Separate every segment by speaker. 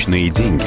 Speaker 1: Личные деньги.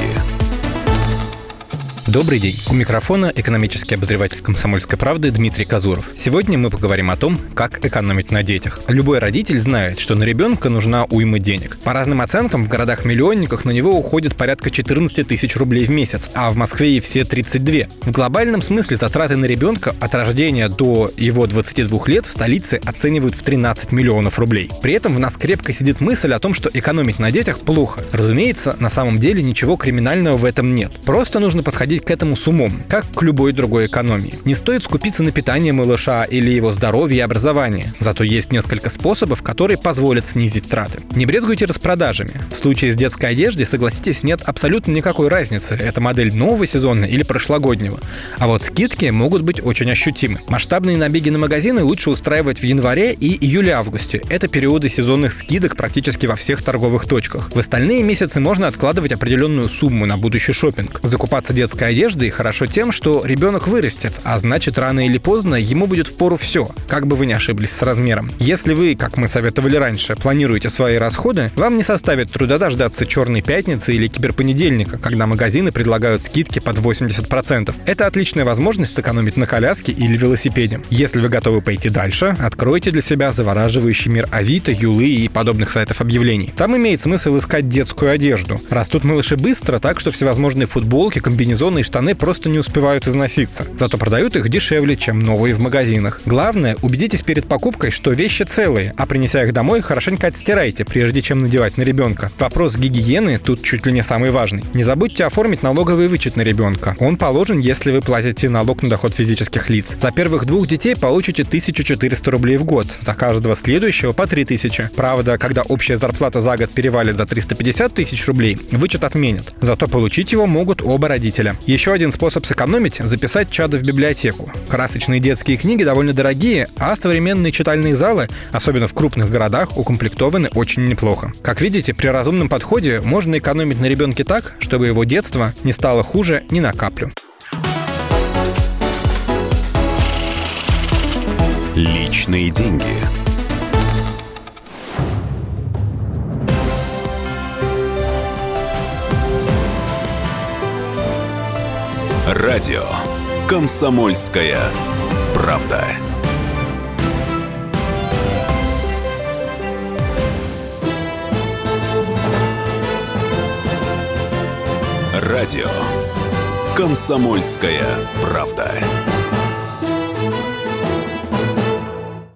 Speaker 2: Добрый день. У микрофона экономический обозреватель «Комсомольской правды» Дмитрий Казуров. Сегодня мы поговорим о том, как экономить на детях. Любой родитель знает, что на ребенка нужна уйма денег. По разным оценкам, в городах-миллионниках на него уходит порядка 14 тысяч рублей в месяц, а в Москве и все 32. В глобальном смысле затраты на ребенка от рождения до его 22 лет в столице оценивают в 13 миллионов рублей. При этом в нас крепко сидит мысль о том, что экономить на детях плохо. Разумеется, на самом деле ничего криминального в этом нет. Просто нужно подходить к этому с умом, как к любой другой экономии. Не стоит скупиться на питание малыша или его здоровье и образование. Зато есть несколько способов, которые позволят снизить траты. Не брезгуйте распродажами. В случае с детской одеждой, согласитесь, нет абсолютно никакой разницы, это модель нового сезона или прошлогоднего. А вот скидки могут быть очень ощутимы. Масштабные набеги на магазины лучше устраивать в январе и июле-августе. Это периоды сезонных скидок практически во всех торговых точках. В остальные месяцы можно откладывать определенную сумму на будущий шопинг. Закупаться детской одеждой хорошо тем, что ребенок вырастет, а значит, рано или поздно ему будет впору все, как бы вы ни ошиблись с размером. Если вы, как мы советовали раньше, планируете свои расходы, вам не составит труда дождаться Черной пятницы или Киберпонедельника, когда магазины предлагают скидки под 80%. Это отличная возможность сэкономить на коляске или велосипеде. Если вы готовы пойти дальше, откройте для себя завораживающий мир Авито, Юлы и подобных сайтов объявлений. Там имеет смысл искать детскую одежду. Растут малыши быстро, так что всевозможные футболки, комбинезоны и штаны просто не успевают износиться. Зато продают их дешевле, чем новые в магазинах. Главное, убедитесь перед покупкой, что вещи целые, а принеся их домой, хорошенько отстирайте, прежде чем надевать на ребенка. Вопрос гигиены тут чуть ли не самый важный. Не забудьте оформить налоговый вычет на ребенка. Он положен, если вы платите налог на доход физических лиц. За первых 2 детей получите 1400 рублей в год, за каждого следующего по 3000. Правда, когда общая зарплата за год перевалит за 350 тысяч рублей, вычет отменят. Зато получить его могут оба родителя. Еще один способ сэкономить – записать чадо в библиотеку. Красочные детские книги довольно дорогие, а современные читальные залы, особенно в крупных городах, укомплектованы очень неплохо. Как видите, при разумном подходе можно экономить на ребенке так, чтобы его детство не стало хуже ни на каплю.
Speaker 1: Личные деньги. Радио «Комсомольская правда». Радио «Комсомольская правда».